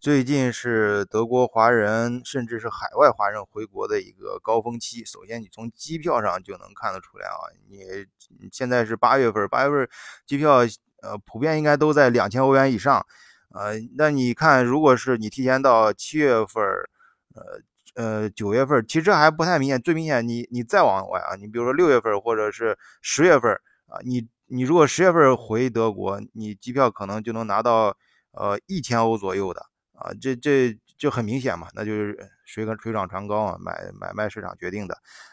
最近是德国华人甚至是海外华人回国的一个高峰期。首先，你从机票上就能看得出来啊，你现在是8月份，机票普遍应该都在2000欧元以上。那你看，如果是你提前到7月份，9月份，其实这还不太明显。最明显你再往外啊，你比如说6月份或者是10月份啊，你如果10月份回德国，你机票可能就能拿到1000欧左右的。这就很明显嘛，那就是水涨船高啊，买卖市场决定的。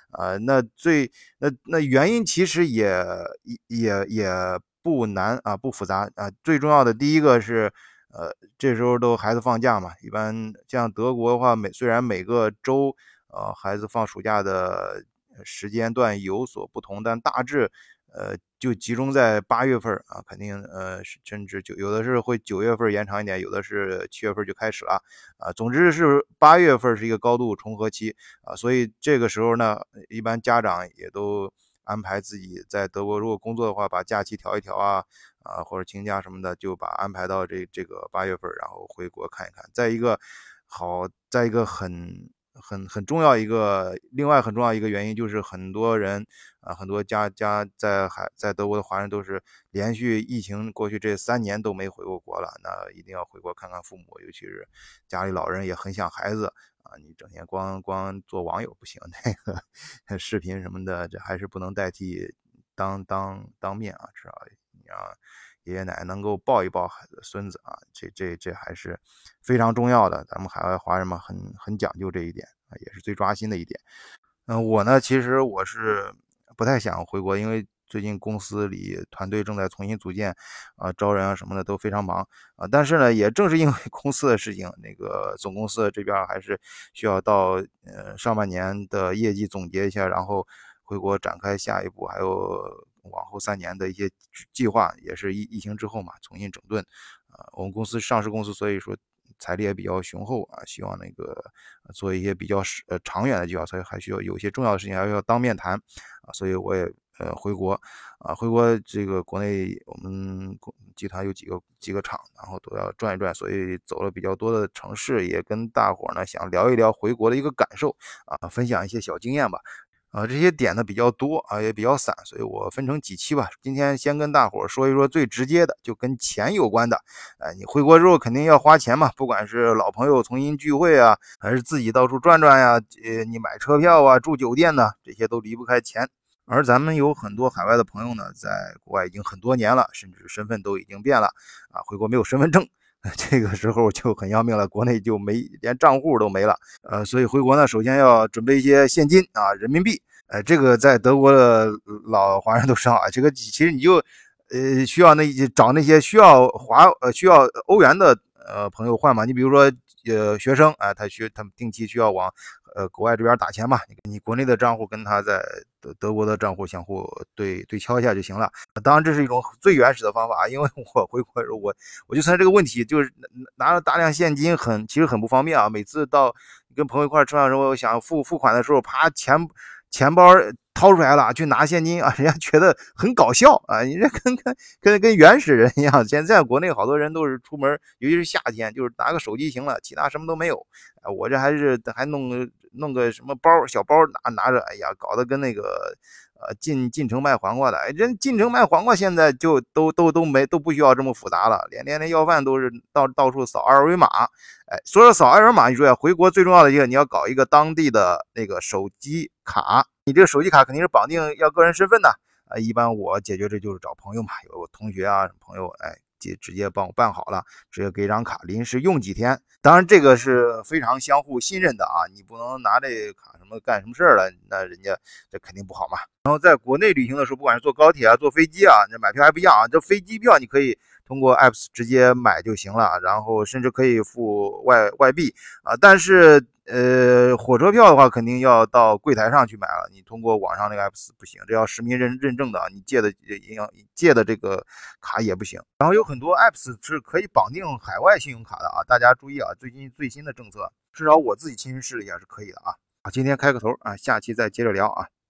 那原因其实也不难啊，不复杂啊。最重要的第一个是，这时候都孩子放假嘛，一般像德国的话，虽然每个州孩子放暑假的时间段有所不同，但大致就集中在8月份啊，肯定甚至有的是会9月份延长一点，有的是7月份就开始了啊。总之是8月份是一个高度重合期啊，所以这个时候呢，一般家长也都安排自己在德国如果工作的话，把假期调一调啊，或者请假什么的，就把安排到这个8月份，然后回国看一看。再一个很重要另外很重要一个原因就是很多人啊，很多家在德国的华人都是连续疫情过去这3年都没回过国了，那一定要回国看看父母，尤其是家里老人也很想孩子啊，你整天光做网友不行，那个视频什么的，这还是不能代替当面啊，至少你让爷爷奶奶能够抱一抱孙子啊，这还是非常重要的。咱们海外华人嘛，很讲究这一点啊，也是最抓心的一点。我呢，其实我是不太想回国，因为最近公司里团队正在重新组建啊，招人啊什么的都非常忙啊。但是呢，也正是因为公司的事情，那个总公司这边还是需要到上半年的业绩总结一下，然后回国展开下一步，还有往后3年的一些计划，也是疫情之后嘛，重新整顿啊。我们公司上市公司，所以说财力也比较雄厚啊，希望那个做一些比较长远的计划，所以还需要有些重要的事情还要当面谈啊，所以我也回国啊，回国这个国内我们集团有几个厂，然后都要转一转，所以走了比较多的城市，也跟大伙呢想聊一聊回国的一个感受啊，分享一些小经验吧。这些点呢比较多啊，也比较散，所以我分成几期吧。今天先跟大伙说一说最直接的，就跟钱有关的。你回国之后肯定要花钱嘛，不管是老朋友重新聚会啊，还是自己到处转转呀，你买车票啊、住酒店呢，这些都离不开钱。而咱们有很多海外的朋友呢，在国外已经很多年了，甚至身份都已经变了啊，回国没有身份证。这个时候就很要命了，国内就连账户都没了，所以回国呢，首先要准备一些现金啊，人民币，这个在德国的老华人都知道啊，这个其实你就需要找那些需要欧元的朋友换嘛，你比如说学生啊，他们定期需要往国外这边打钱嘛，你国内的账户跟他在德国的账户相互对敲一下就行了。当然这是一种最原始的方法，因为我回国我就存在这个问题，就是拿了大量现金其实很不方便啊。每次到跟朋友一块吃饭的时候，想付款的时候，啪钱包掏出来了去拿现金啊，人家觉得很搞笑啊！你这跟原始人一样。现在国内好多人都是出门，尤其是夏天，就是拿个手机行了，其他什么都没有。我这还弄个什么小包拿着，哎呀，搞得跟那个进城卖黄瓜的。哎，人进城卖黄瓜现在就都不需要这么复杂了，连要饭都是到处扫二维码。哎，说到扫二维码，你说呀，回国最重要的一个，你要搞一个当地的那个手机卡。你这个手机卡肯定是绑定要个人身份的啊。一般我解决这就是找朋友嘛，有我同学啊朋友，哎，直接帮我办好了，直接给张卡，临时用几天。当然这个是非常相互信任的啊，你不能拿这个卡干什么事儿了，那人家这肯定不好嘛。然后在国内旅行的时候，不管是坐高铁啊、坐飞机啊，这买票还不一样啊。这飞机票你可以通过 apps 直接买就行了，然后甚至可以付外币啊。但是火车票的话，肯定要到柜台上去买了，你通过网上那个 apps 不行，这要实名认证的，你借的这个卡也不行。然后有很多 apps 是可以绑定海外信用卡的啊，大家注意啊，最新的政策，至少我自己亲身试了一下是可以的啊。今天开个头啊，下期再接着聊啊。